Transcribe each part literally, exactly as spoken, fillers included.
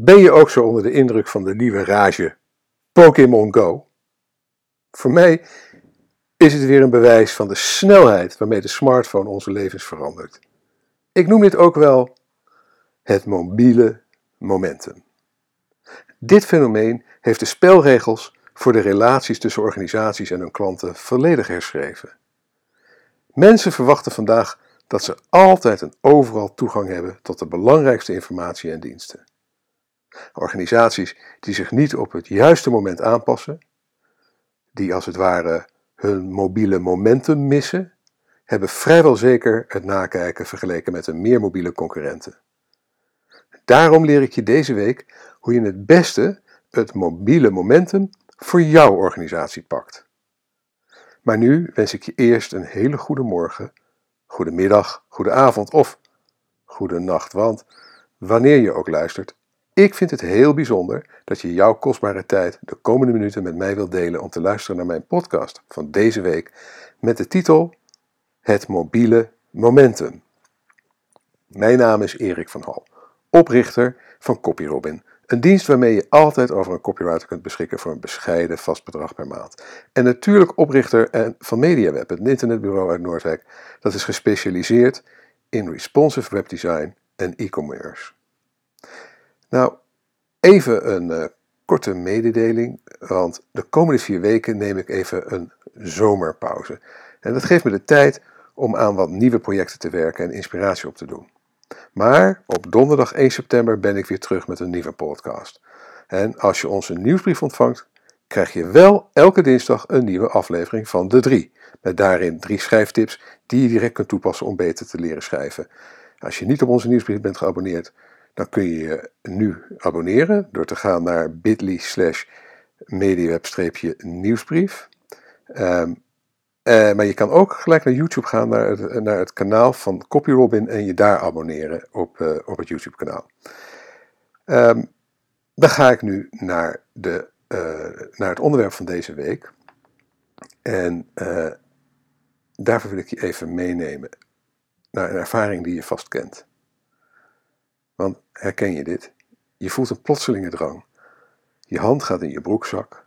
Ben je ook zo onder de indruk van de nieuwe rage Pokémon Go? Voor mij is het weer een bewijs van de snelheid waarmee de smartphone onze levens verandert. Ik noem dit ook wel het mobiele momentum. Dit fenomeen heeft de spelregels voor de relaties tussen organisaties en hun klanten volledig herschreven. Mensen verwachten vandaag dat ze altijd en overal toegang hebben tot de belangrijkste informatie en diensten. Organisaties die zich niet op het juiste moment aanpassen, die als het ware hun mobiele momentum missen, hebben vrijwel zeker het nakijken vergeleken met hun meer mobiele concurrenten. Daarom leer ik je deze week hoe je het beste het mobiele momentum voor jouw organisatie pakt. Maar nu wens ik je eerst een hele goede morgen, goede middag, goede avond of goede nacht, want wanneer je ook luistert, ik vind het heel bijzonder dat je jouw kostbare tijd de komende minuten met mij wilt delen om te luisteren naar mijn podcast van deze week met de titel Het mobiele momentum. Mijn naam is Erik van Hal, oprichter van CopyRobin, een dienst waarmee je altijd over een copywriter kunt beschikken voor een bescheiden vast bedrag per maand. En natuurlijk oprichter van MediaWeb, het internetbureau uit Noordwijk, dat is gespecialiseerd in responsive webdesign en e-commerce. Nou, even een uh, korte mededeling, want de komende vier weken neem ik even een zomerpauze. En dat geeft me de tijd om aan wat nieuwe projecten te werken en inspiratie op te doen. Maar op donderdag één september ben ik weer terug met een nieuwe podcast. En als je onze nieuwsbrief ontvangt, krijg je wel elke dinsdag een nieuwe aflevering van De Drie. Met daarin drie schrijftips die je direct kunt toepassen om beter te leren schrijven. Als je niet op onze nieuwsbrief bent geabonneerd, dan kun je je nu abonneren door te gaan naar bit.ly slash mediaweb-nieuwsbrief. Um, uh, maar je kan ook gelijk naar YouTube gaan, naar het, naar het kanaal van CopyRobin en je daar abonneren op, uh, op het YouTube kanaal. Um, dan ga ik nu naar, de, uh, naar het onderwerp van deze week. En uh, daarvoor wil ik je even meenemen naar een ervaring die je vast kent. Want herken je dit? Je voelt een plotselinge drang. Je hand gaat in je broekzak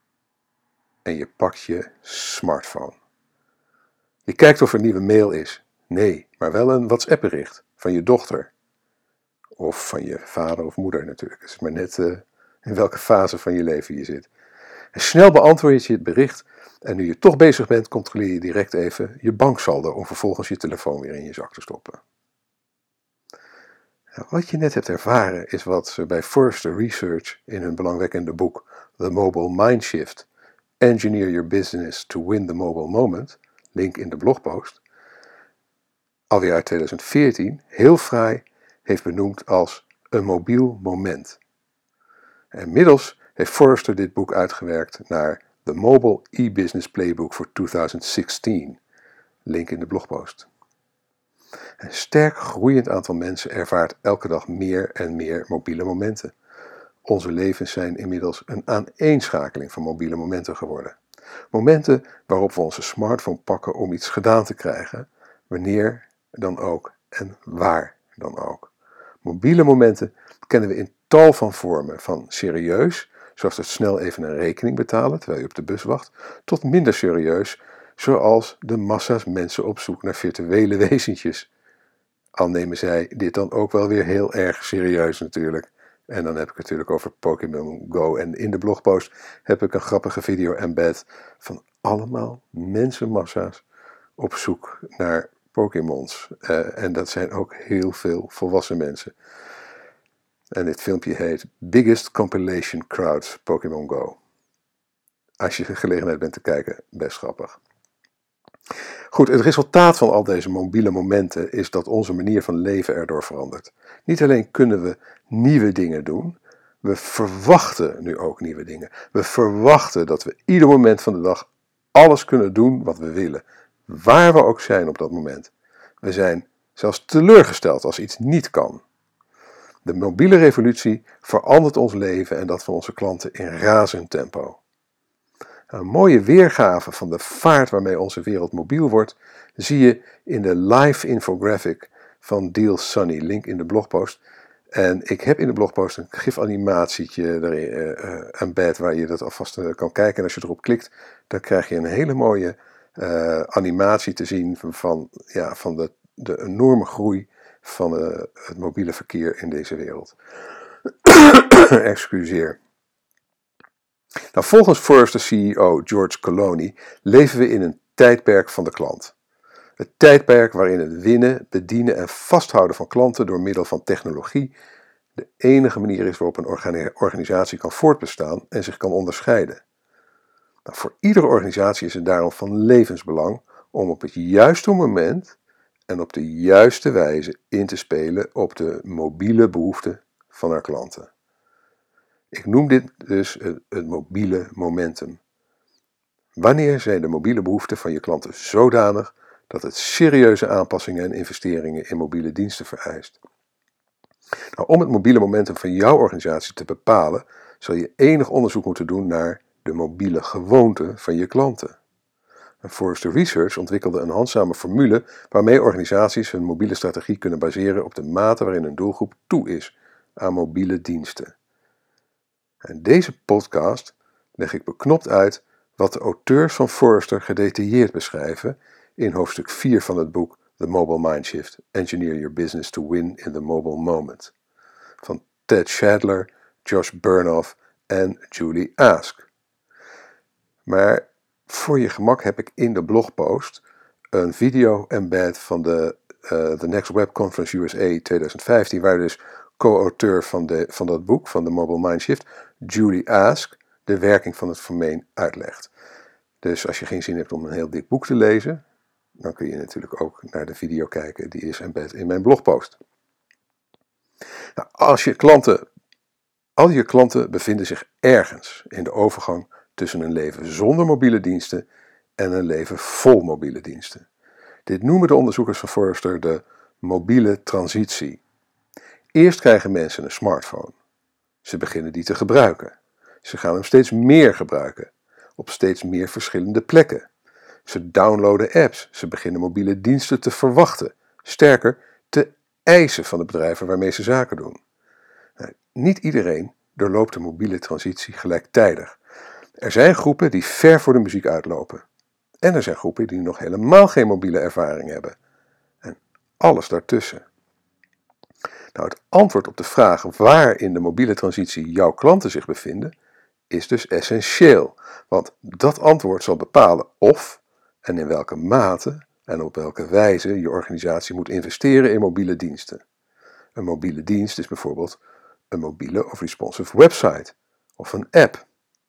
en je pakt je smartphone. Je kijkt of er een nieuwe mail is. Nee, maar wel een WhatsApp-bericht van je dochter. Of van je vader of moeder natuurlijk. Het is maar net uh, in welke fase van je leven je zit. En snel beantwoord je het bericht en nu je toch bezig bent, controleer je direct even je banksaldo om vervolgens je telefoon weer in je zak te stoppen. Nou, wat je net hebt ervaren is wat ze bij Forrester Research in hun belangwekkende boek The Mobile Mindshift, Engineer Your Business to Win the Mobile Moment, link in de blogpost, alweer uit twintig veertien, heel fraai heeft benoemd als een mobiel moment. En inmiddels heeft Forrester dit boek uitgewerkt naar The Mobile E-Business Playbook for twintig zestien, link in de blogpost. Een sterk groeiend aantal mensen ervaart elke dag meer en meer mobiele momenten. Onze levens zijn inmiddels een aaneenschakeling van mobiele momenten geworden. Momenten waarop we onze smartphone pakken om iets gedaan te krijgen, wanneer dan ook en waar dan ook. Mobiele momenten kennen we in tal van vormen, van serieus, zoals het snel even een rekening betalen terwijl je op de bus wacht, tot minder serieus, zoals de massa's mensen op zoek naar virtuele wezentjes. Al nemen zij dit dan ook wel weer heel erg serieus natuurlijk. En dan heb ik het natuurlijk over Pokémon Go. En in de blogpost heb ik een grappige video embed van allemaal mensenmassa's op zoek naar Pokémons. Uh, en dat zijn ook heel veel volwassen mensen. En dit filmpje heet Biggest Compilation Crowds Pokémon Go. Als je gelegenheid bent te kijken, best grappig. Goed, het resultaat van al deze mobiele momenten is dat onze manier van leven erdoor verandert. Niet alleen kunnen we nieuwe dingen doen, we verwachten nu ook nieuwe dingen. We verwachten dat we ieder moment van de dag alles kunnen doen wat we willen, waar we ook zijn op dat moment. We zijn zelfs teleurgesteld als iets niet kan. De mobiele revolutie verandert ons leven en dat van onze klanten in razend tempo. Een mooie weergave van de vaart waarmee onze wereld mobiel wordt, zie je in de live infographic van Deal Sunny, link in de blogpost. En ik heb in de blogpost een gif-animatietje erin uh, embed waar je dat alvast uh, kan kijken. En als je erop klikt, dan krijg je een hele mooie uh, animatie te zien van, van, ja, van de, de enorme groei van uh, het mobiele verkeer in deze wereld. Excuseer. Nou, volgens Forrester C E O George Colony leven we in een tijdperk van de klant. Het tijdperk waarin het winnen, bedienen en vasthouden van klanten door middel van technologie de enige manier is waarop een organisatie kan voortbestaan en zich kan onderscheiden. Nou, voor iedere organisatie is het daarom van levensbelang om op het juiste moment en op de juiste wijze in te spelen op de mobiele behoeften van haar klanten. Ik noem dit dus het, het mobiele momentum. Wanneer zijn de mobiele behoeften van je klanten zodanig dat het serieuze aanpassingen en investeringen in mobiele diensten vereist? Nou, om het mobiele momentum van jouw organisatie te bepalen, zal je enig onderzoek moeten doen naar de mobiele gewoonten van je klanten. En Forrester Research ontwikkelde een handzame formule waarmee organisaties hun mobiele strategie kunnen baseren op de mate waarin een doelgroep toe is aan mobiele diensten. In deze podcast leg ik beknopt uit wat de auteurs van Forrester gedetailleerd beschrijven in hoofdstuk vier van het boek The Mobile Mindshift, Engineer Your Business to Win in the Mobile Moment, van Ted Shadler, Josh Burnoff en Julie Ask. Maar voor je gemak heb ik in de blogpost een video-embed van de uh, The Next Web Conference U S A twintig vijftien, waar dus co-auteur van, de, van dat boek, van The Mobile Mindshift, Julie Ask, de werking van het fenomeen uitlegt. Dus als je geen zin hebt om een heel dik boek te lezen, dan kun je natuurlijk ook naar de video kijken, die is embed in mijn blogpost. Nou, als je klanten, al je klanten bevinden zich ergens in de overgang tussen een leven zonder mobiele diensten en een leven vol mobiele diensten. Dit noemen de onderzoekers van Forrester de mobiele transitie. Eerst krijgen mensen een smartphone. Ze beginnen die te gebruiken. Ze gaan hem steeds meer gebruiken, op steeds meer verschillende plekken. Ze downloaden apps, ze beginnen mobiele diensten te verwachten, sterker, te eisen van de bedrijven waarmee ze zaken doen. Nou, niet iedereen doorloopt de mobiele transitie gelijktijdig. Er zijn groepen die ver voor de muziek uitlopen. En er zijn groepen die nog helemaal geen mobiele ervaring hebben. En alles daartussen. Nou, het antwoord op de vraag waar in de mobiele transitie jouw klanten zich bevinden, is dus essentieel. Want dat antwoord zal bepalen of en in welke mate en op welke wijze je organisatie moet investeren in mobiele diensten. Een mobiele dienst is bijvoorbeeld een mobiele of responsive website of een app.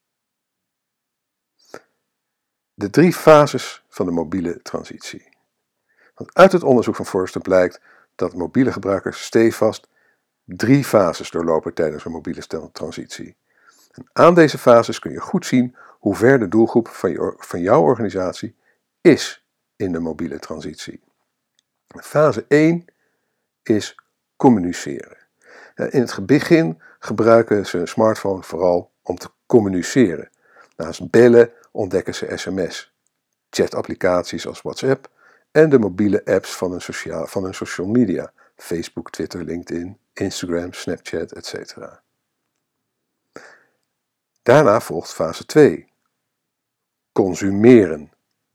De drie fases van de mobiele transitie. Want uit het onderzoek van Forrester blijkt dat mobiele gebruikers stevast drie fases doorlopen tijdens een mobiele transitie. En aan deze fases kun je goed zien hoe ver de doelgroep van, je, van jouw organisatie is in de mobiele transitie. Fase één is communiceren. In het begin gebruiken ze een smartphone vooral om te communiceren. Naast bellen ontdekken ze sms, chatapplicaties als WhatsApp en de mobiele apps van hun, sociaal, van hun social media, Facebook, Twitter, LinkedIn, Instagram, Snapchat, et cetera. Daarna volgt fase twee, consumeren.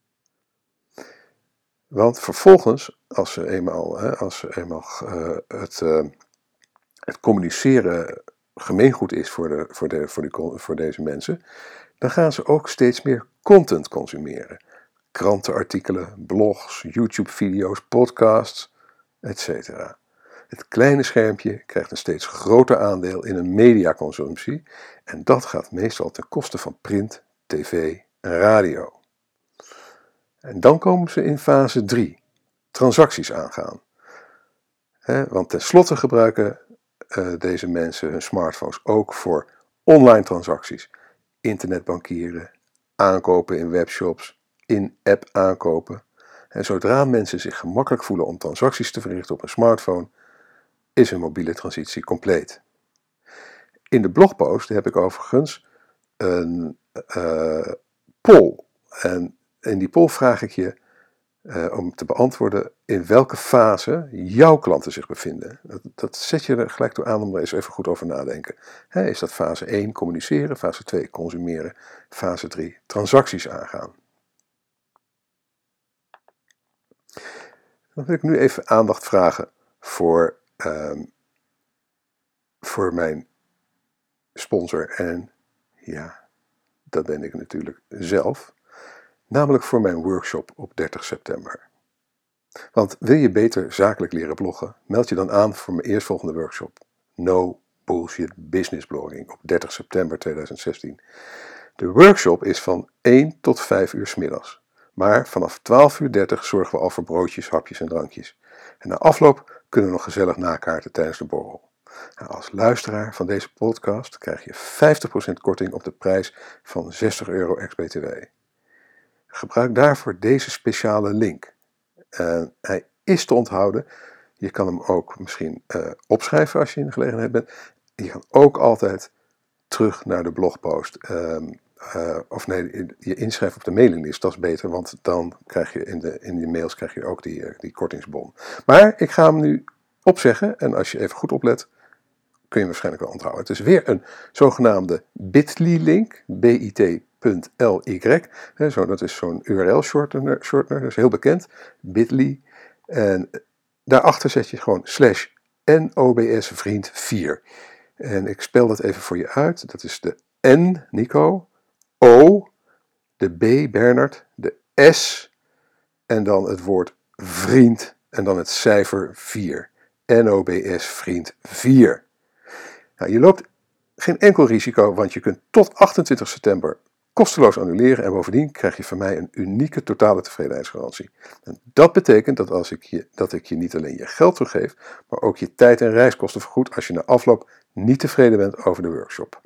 Want vervolgens, als ze eenmaal, als ze eenmaal uh, het, uh, het communiceren gemeengoed is voor, de, voor, de, voor, de, voor deze mensen, dan gaan ze ook steeds meer content consumeren. Krantenartikelen, blogs, YouTube-video's, podcasts, et cetera. Het kleine schermpje krijgt een steeds groter aandeel in een mediaconsumptie en dat gaat meestal ten koste van print, tv en radio. En dan komen ze in fase drie, transacties aangaan. He, want tenslotte gebruiken uh, deze mensen hun smartphones ook voor online transacties. Internetbankieren, aankopen in webshops, in-app aankopen. En zodra mensen zich gemakkelijk voelen om transacties te verrichten op een smartphone, is hun mobiele transitie compleet. In de blogpost heb ik overigens een uh, poll. En in die poll vraag ik je, uh, om te beantwoorden in welke fase jouw klanten zich bevinden. Dat, dat zet je er gelijk toe aan om er eens even goed over na te denken. He, is dat fase één communiceren, fase twee consumeren, fase drie transacties aangaan. Dan wil ik nu even aandacht vragen voor, um, voor mijn sponsor. En ja, dat ben ik natuurlijk zelf. Namelijk voor mijn workshop op dertig september. Want wil je beter zakelijk leren bloggen, meld je dan aan voor mijn eerstvolgende workshop. No Bullshit Business Blogging op dertig september tweeduizend zestien. De workshop is van één tot vijf uur 's middags. Maar vanaf twaalf uur dertig zorgen we al voor broodjes, hapjes en drankjes. En na afloop kunnen we nog gezellig nakaarten tijdens de borrel. Nou, als luisteraar van deze podcast krijg je vijftig procent korting op de prijs van zestig euro ex-B T W. Gebruik daarvoor deze speciale link. Uh, hij is te onthouden. Je kan hem ook misschien uh, opschrijven als je in de gelegenheid bent. Je kan ook altijd terug naar de blogpost. Um, uh, of nee, je inschrijven op de mailinglist. Dat is beter, want dan krijg je in de, in de mails krijg je ook die, uh, die kortingsbon. Maar ik ga hem nu opzeggen. En als je even goed oplet, kun je hem waarschijnlijk wel onthouden. Het is weer een zogenaamde bit.ly-link. bit.ly. He, zo, dat is zo'n U R L-shortener, shortener, dat is heel bekend. bit.ly. En daarachter zet je gewoon slash N O B S vriend vier. En ik spel dat even voor je uit. Dat is de N, Nico, O, de B, Bernard, de S en dan het woord vriend en dan het cijfer vier. N O B S vriend vier. Nou, je loopt geen enkel risico, want je kunt tot achtentwintig september kosteloos annuleren en bovendien krijg je van mij een unieke totale tevredenheidsgarantie. En dat betekent dat, als ik je, dat ik je niet alleen je geld teruggeef, maar ook je tijd en reiskosten vergoed als je na afloop niet tevreden bent over de workshop.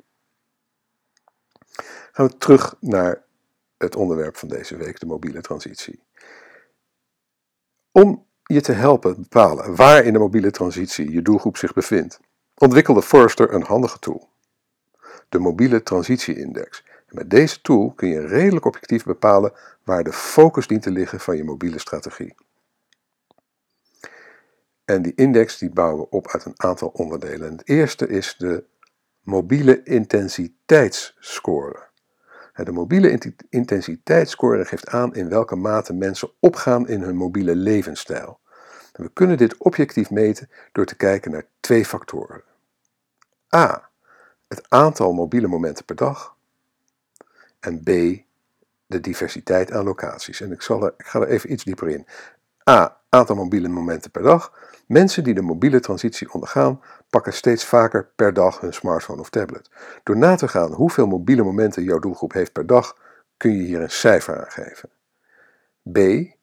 Gaan we terug naar het onderwerp van deze week, de mobiele transitie. Om je te helpen bepalen waar in de mobiele transitie je doelgroep zich bevindt, ontwikkelde Forrester een handige tool. De mobiele transitie-index. En met deze tool kun je redelijk objectief bepalen waar de focus dient te liggen van je mobiele strategie. En die index die bouwen we op uit een aantal onderdelen. En het eerste is de mobiele intensiteitsscore. De mobiele intensiteitsscore geeft aan in welke mate mensen opgaan in hun mobiele levensstijl. En we kunnen dit objectief meten door te kijken naar twee factoren. A. Het aantal mobiele momenten per dag. En B. De diversiteit aan locaties. En ik, zal er, ik ga er even iets dieper in. A. Aantal mobiele momenten per dag. Mensen die de mobiele transitie ondergaan, pakken steeds vaker per dag hun smartphone of tablet. Door na te gaan hoeveel mobiele momenten jouw doelgroep heeft per dag, kun je hier een cijfer aan geven. B.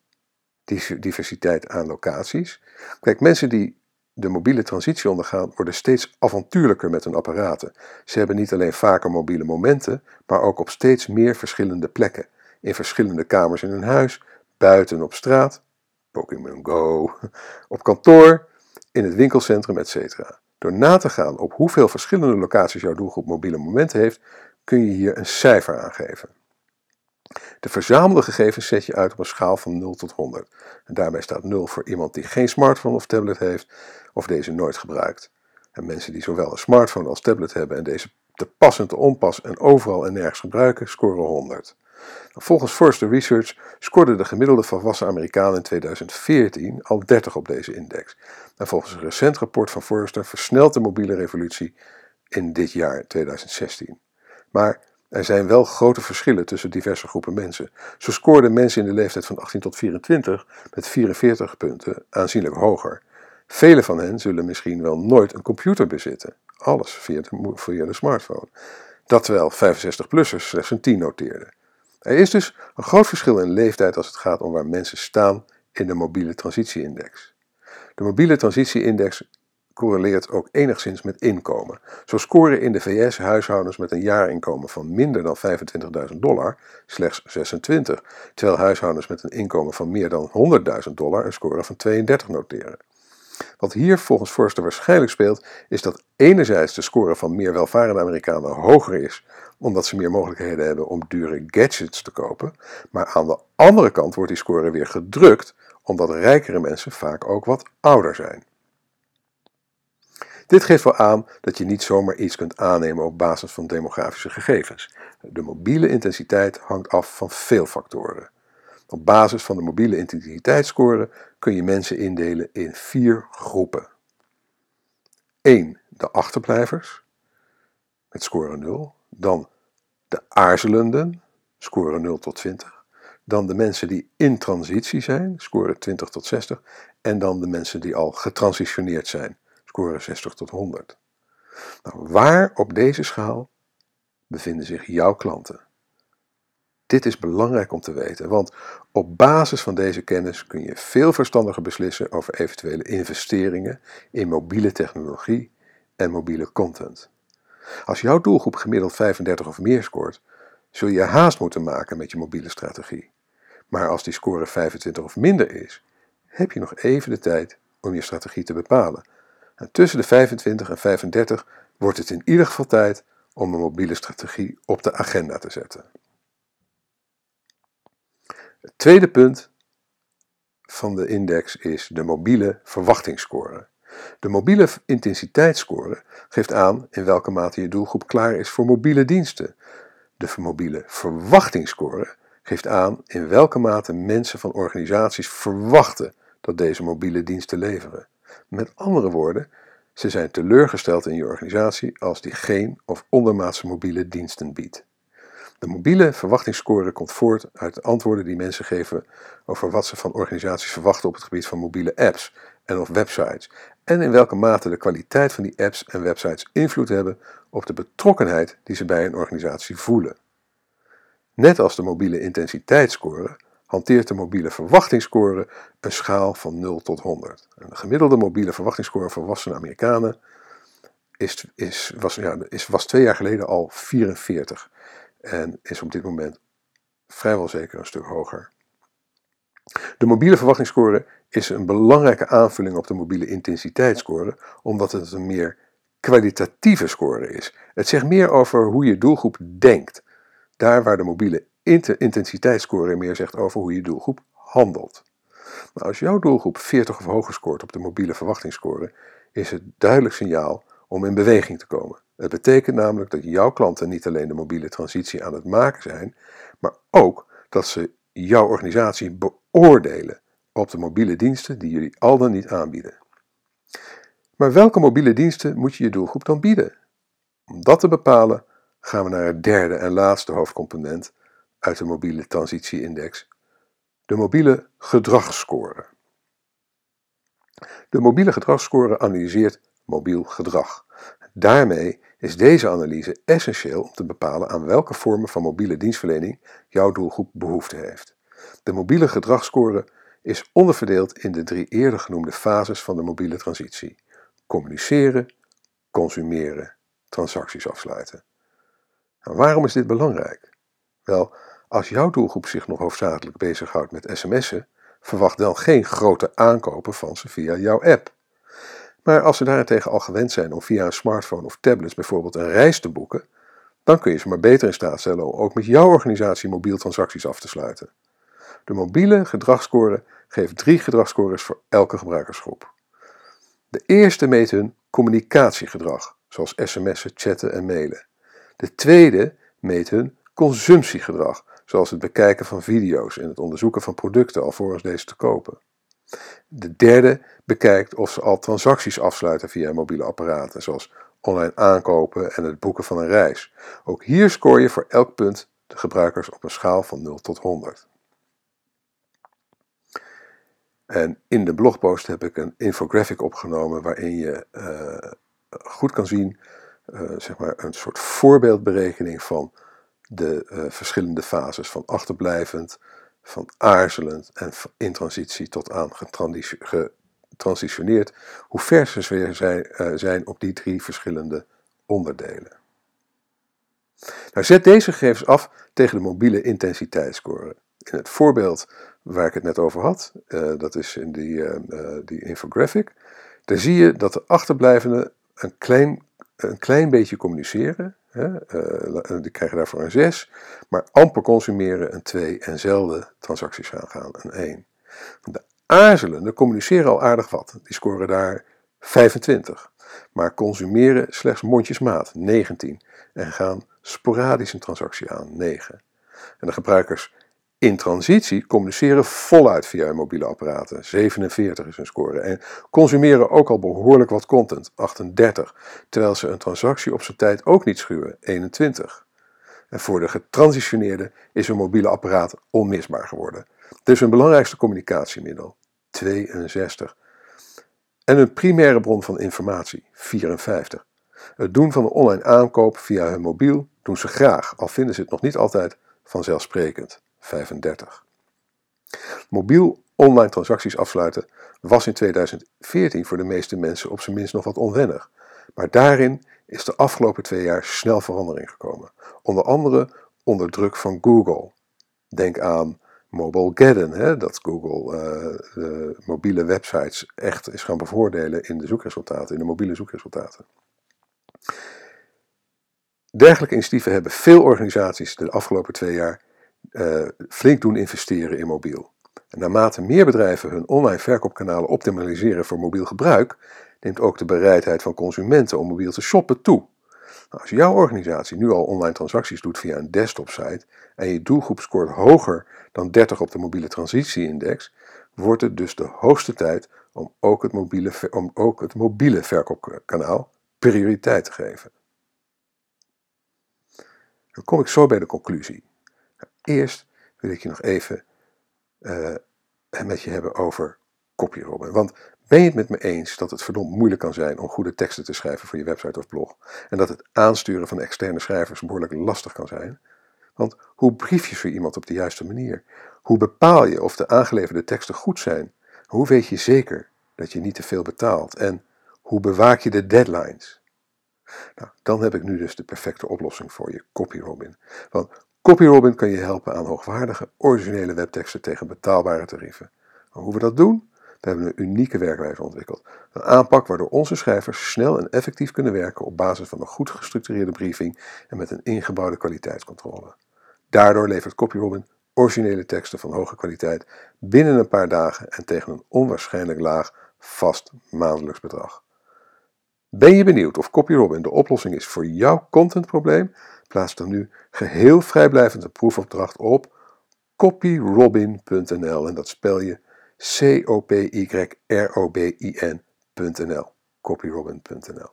Diversiteit aan locaties. Kijk, mensen die de mobiele transitie ondergaan, worden steeds avontuurlijker met hun apparaten. Ze hebben niet alleen vaker mobiele momenten, maar ook op steeds meer verschillende plekken. In verschillende kamers in hun huis, buiten op straat, Pokémon Go, op kantoor, in het winkelcentrum, et cetera. Door na te gaan op hoeveel verschillende locaties jouw doelgroep mobiele momenten heeft, kun je hier een cijfer aangeven. De verzamelde gegevens zet je uit op een schaal van nul tot honderd. En daarbij staat nul voor iemand die geen smartphone of tablet heeft of deze nooit gebruikt. En mensen die zowel een smartphone als tablet hebben en deze te pas en te onpas en overal en nergens gebruiken, scoren honderd. Volgens Forrester Research scoorde de gemiddelde volwassen Amerikaan in tweeduizend veertien al dertig op deze index. En volgens een recent rapport van Forrester versnelt de mobiele revolutie in dit jaar tweeduizend zestien. Maar er zijn wel grote verschillen tussen diverse groepen mensen. Zo scoorden mensen in de leeftijd van achttien tot vierentwintig met vierenveertig punten aanzienlijk hoger. Velen van hen zullen misschien wel nooit een computer bezitten. Alles via de, via de smartphone. Dat terwijl vijfenzestig-plussers slechts een tien noteerden. Er is dus een groot verschil in leeftijd als het gaat om waar mensen staan in de mobiele transitie-index. De mobiele transitie-index correleert ook enigszins met inkomen. Zo scoren in de V S huishoudens met een jaarinkomen van minder dan vijfentwintigduizend dollar slechts zesentwintig, terwijl huishoudens met een inkomen van meer dan honderdduizend dollar een score van tweeëndertig noteren. Wat hier volgens Forrester waarschijnlijk speelt, is dat enerzijds de score van meer welvarende Amerikanen hoger is, omdat ze meer mogelijkheden hebben om dure gadgets te kopen, maar aan de andere kant wordt die score weer gedrukt, omdat rijkere mensen vaak ook wat ouder zijn. Dit geeft wel aan dat je niet zomaar iets kunt aannemen op basis van demografische gegevens. De mobiele intensiteit hangt af van veel factoren. Op basis van de mobiele intensiteitsscore kun je mensen indelen in vier groepen. één. De achterblijvers, met score nul. Dan de aarzelenden, score nul tot twintig. Dan de mensen die in transitie zijn, score twintig tot zestig. En dan de mensen die al getransitioneerd zijn, score zestig tot honderd. Nou, waar op deze schaal bevinden zich jouw klanten? Dit is belangrijk om te weten, want op basis van deze kennis kun je veel verstandiger beslissen over eventuele investeringen in mobiele technologie en mobiele content. Als jouw doelgroep gemiddeld vijfendertig of meer scoort, zul je haast moeten maken met je mobiele strategie. Maar als die score vijfentwintig of minder is, heb je nog even de tijd om je strategie te bepalen. En tussen de vijfentwintig en vijfendertig wordt het in ieder geval tijd om een mobiele strategie op de agenda te zetten. Het tweede punt van de index is de mobiele verwachtingsscore. De mobiele intensiteitsscore geeft aan in welke mate je doelgroep klaar is voor mobiele diensten. De mobiele verwachtingsscore geeft aan in welke mate mensen van organisaties verwachten dat deze mobiele diensten leveren. Met andere woorden, ze zijn teleurgesteld in je organisatie als die geen of ondermaatse mobiele diensten biedt. De mobiele verwachtingsscore komt voort uit de antwoorden die mensen geven over wat ze van organisaties verwachten op het gebied van mobiele apps en of websites en in welke mate de kwaliteit van die apps en websites invloed hebben op de betrokkenheid die ze bij een organisatie voelen. Net als de mobiele intensiteitsscore hanteert de mobiele verwachtingsscore een schaal van nul tot honderd. En de gemiddelde mobiele verwachtingsscore voor volwassene Amerikanen is, is, was, ja, is, was twee jaar geleden al vierenveertig. En is op dit moment vrijwel zeker een stuk hoger. De mobiele verwachtingsscore is een belangrijke aanvulling op de mobiele intensiteitsscore, omdat het een meer kwalitatieve score is. Het zegt meer over hoe je doelgroep denkt, daar waar de mobiele intensiteitsscore meer zegt over hoe je doelgroep handelt. Maar als jouw doelgroep veertig of hoger scoort op de mobiele verwachtingsscore, is het duidelijk signaal om in beweging te komen. Het betekent namelijk dat jouw klanten niet alleen de mobiele transitie aan het maken zijn, maar ook dat ze jouw organisatie beoordelen op de mobiele diensten die jullie al dan niet aanbieden. Maar welke mobiele diensten moet je je doelgroep dan bieden? Om dat te bepalen gaan we naar het derde en laatste hoofdcomponent uit de mobiele transitie-index, de mobiele gedragsscore. De mobiele gedragsscore analyseert mobiel gedrag. Daarmee is deze analyse essentieel om te bepalen aan welke vormen van mobiele dienstverlening jouw doelgroep behoefte heeft. De mobiele gedragsscore is onderverdeeld in de drie eerder genoemde fases van de mobiele transitie: communiceren, consumeren, transacties afsluiten. Nou, waarom is dit belangrijk? Wel, als jouw doelgroep zich nog hoofdzakelijk bezighoudt met sms'en, verwacht dan geen grote aankopen van ze via jouw app. Maar als ze daarentegen al gewend zijn om via een smartphone of tablets bijvoorbeeld een reis te boeken, dan kun je ze maar beter in staat stellen om ook met jouw organisatie mobiel transacties af te sluiten. De mobiele gedragsscore geeft drie gedragsscores voor elke gebruikersgroep. De eerste meet hun communicatiegedrag, zoals sms'en, chatten en mailen. De tweede meet hun consumptiegedrag, zoals het bekijken van video's en het onderzoeken van producten alvorens deze te kopen. De derde bekijkt of ze al transacties afsluiten via mobiele apparaten, zoals online aankopen en het boeken van een reis. Ook hier scoor je voor elk punt de gebruikers op een schaal van nul tot honderd. En in de blogpost heb ik een infographic opgenomen waarin je uh, goed kan zien, uh, zeg maar een soort voorbeeldberekening van de uh, verschillende fases van achterblijvend, van aarzelend en in transitie tot aan getransitioneerd, hoe ver ze weer zijn, uh, zijn op die drie verschillende onderdelen. Nou, zet deze gegevens af tegen de mobiele intensiteitsscore. In het voorbeeld waar ik het net over had, uh, dat is in die, uh, uh, die infographic, Daar zie je dat de achterblijvenden een klein, een klein beetje communiceren. Hè, uh, die krijgen daarvoor een zes, maar amper consumeren een twee en zelden transacties aangaan een één. De aarzelenden communiceren al aardig wat, die scoren daar vijfentwintig, maar consumeren slechts mondjesmaat negentien en gaan sporadisch een transactie aan negen. En de gebruikers in transitie communiceren voluit via hun mobiele apparaten, zevenenveertig is hun score, en consumeren ook al behoorlijk wat content, achtendertig, terwijl ze een transactie op zijn tijd ook niet schuwen, eenentwintig. En voor de getransitioneerden is hun mobiele apparaat onmisbaar geworden. Dus hun belangrijkste communicatiemiddel, tweeënzestig. En hun primaire bron van informatie, vierenvijftig. Het doen van een online aankoop via hun mobiel doen ze graag, al vinden ze het nog niet altijd vanzelfsprekend, vijfendertig. Mobiel online transacties afsluiten was in tweeduizend veertien voor de meeste mensen op zijn minst nog wat onwennig. Maar daarin is de afgelopen twee jaar snel verandering gekomen. Onder andere onder druk van Google. Denk aan Mobilegeddon, hè, dat Google uh, de mobiele websites echt is gaan bevoordelen in de zoekresultaten, in de mobiele zoekresultaten. Dergelijke initiatieven hebben veel organisaties de afgelopen twee jaar uh, flink doen investeren in mobiel. En naarmate meer bedrijven hun online verkoopkanalen optimaliseren voor mobiel gebruik, neemt ook de bereidheid van consumenten om mobiel te shoppen toe. Nou, als jouw organisatie nu al online transacties doet via een desktopsite en je doelgroep scoort hoger dan dertig op de mobiele transitieindex, wordt het dus de hoogste tijd om ook het mobiele, om ook het mobiele verkoopkanaal prioriteit te geven. Dan kom ik zo bij de conclusie. Eerst wil ik je nog even uh, met je hebben over copyrobben. Want ben je het met me eens dat het verdomd moeilijk kan zijn om goede teksten te schrijven voor je website of blog? En dat het aansturen van externe schrijvers behoorlijk lastig kan zijn? Want hoe brief je zo iemand op de juiste manier? Hoe bepaal je of de aangeleverde teksten goed zijn? Hoe weet je zeker dat je niet te veel betaalt? En hoe bewaak je de deadlines? Nou, dan heb ik nu dus de perfecte oplossing voor je, CopyRobin. Want CopyRobin kan je helpen aan hoogwaardige, originele webteksten tegen betaalbare tarieven. Maar hoe we dat doen? We hebben een unieke werkwijze ontwikkeld. Een aanpak waardoor onze schrijvers snel en effectief kunnen werken op basis van een goed gestructureerde briefing en met een ingebouwde kwaliteitscontrole. Daardoor levert CopyRobin originele teksten van hoge kwaliteit binnen een paar dagen en tegen een onwaarschijnlijk laag vast maandelijks bedrag. Ben je benieuwd of CopyRobin de oplossing is voor jouw contentprobleem? Plaats dan nu geheel vrijblijvend een proefopdracht op copyrobin punt n l en dat spel je C O P Y R O B I N punt n l, copyrobin punt n l.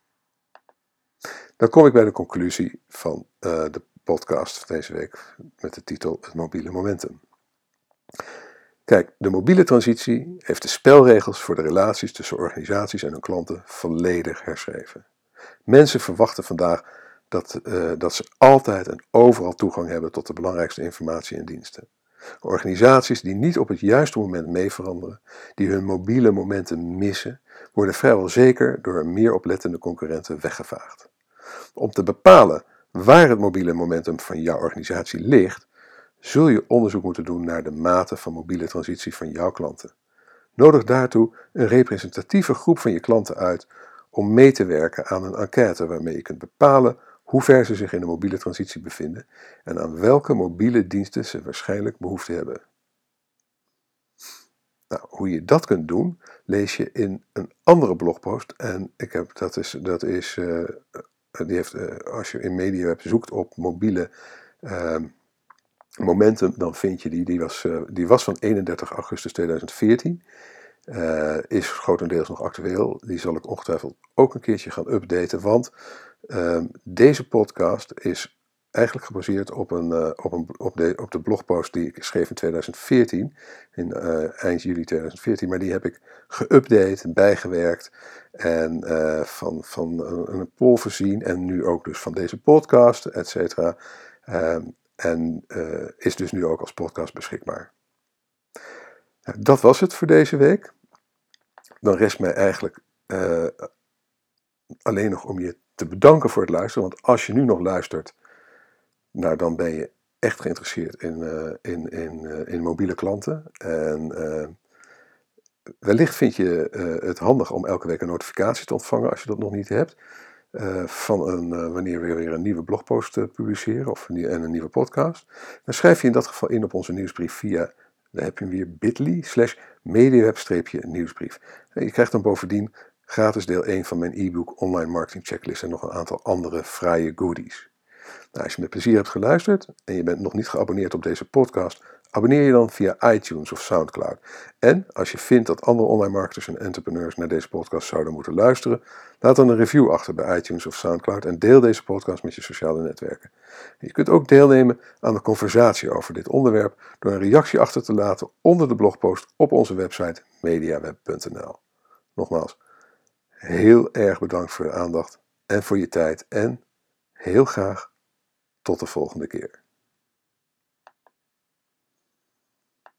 Dan kom ik bij de conclusie van uh, de podcast van deze week met de titel Het mobiele momentum. Kijk, de mobiele transitie heeft de spelregels voor de relaties tussen organisaties en hun klanten volledig herschreven. Mensen verwachten vandaag dat, uh, dat ze altijd en overal toegang hebben tot de belangrijkste informatie en diensten. Organisaties die niet op het juiste moment mee veranderen, die hun mobiele momenten missen, worden vrijwel zeker door meer oplettende concurrenten weggevaagd. Om te bepalen waar het mobiele momentum van jouw organisatie ligt, zul je onderzoek moeten doen naar de mate van mobiele transitie van jouw klanten. Nodig daartoe een representatieve groep van je klanten uit om mee te werken aan een enquête waarmee je kunt bepalen hoe ver ze zich in de mobiele transitie bevinden en aan welke mobiele diensten ze waarschijnlijk behoefte hebben. Nou, hoe je dat kunt doen, lees je in een andere blogpost. En ik heb, dat is, dat is uh, die heeft, uh, als je in MediaWeb zoekt op mobiele uh, momentum, dan vind je die. Die was, uh, die was van eenendertig augustus tweeduizend veertien. Uh, is grotendeels nog actueel. Die zal ik ongetwijfeld ook een keertje gaan updaten, want uh, deze podcast is eigenlijk gebaseerd op, een, uh, op, een, op, de, op de blogpost die ik schreef in tweeduizend veertien, in uh, eind juli tweeduizend veertien, maar die heb ik geüpdate, bijgewerkt en uh, van, van een, een poll voorzien en nu ook dus van deze podcast, et cetera. Uh, en uh, is dus nu ook als podcast beschikbaar. Nou, dat was het voor deze week. Dan rest mij eigenlijk uh, alleen nog om je te bedanken voor het luisteren. Want als je nu nog luistert, nou, dan ben je echt geïnteresseerd in, uh, in, in, uh, in mobiele klanten. En uh, wellicht vind je uh, het handig om elke week een notificatie te ontvangen als je dat nog niet hebt. Uh, van een, uh, wanneer we weer een nieuwe blogpost uh, publiceren of een, en een nieuwe podcast. Dan schrijf je in dat geval in op onze nieuwsbrief via, dan heb je hem weer, bit.ly slash mediaweb-nieuwsbrief. En je krijgt dan bovendien gratis deel één van mijn e-book Online Marketing Checklist en nog een aantal andere fraaie goodies. Nou, als je met plezier hebt geluisterd en je bent nog niet geabonneerd op deze podcast, abonneer je dan via iTunes of Soundcloud. En als je vindt dat andere online marketers en entrepreneurs naar deze podcast zouden moeten luisteren, laat dan een review achter bij iTunes of Soundcloud en deel deze podcast met je sociale netwerken. Je kunt ook deelnemen aan de conversatie over dit onderwerp door een reactie achter te laten onder de blogpost op onze website mediaweb punt n l. Nogmaals, heel erg bedankt voor je aandacht en voor je tijd en heel graag tot de volgende keer.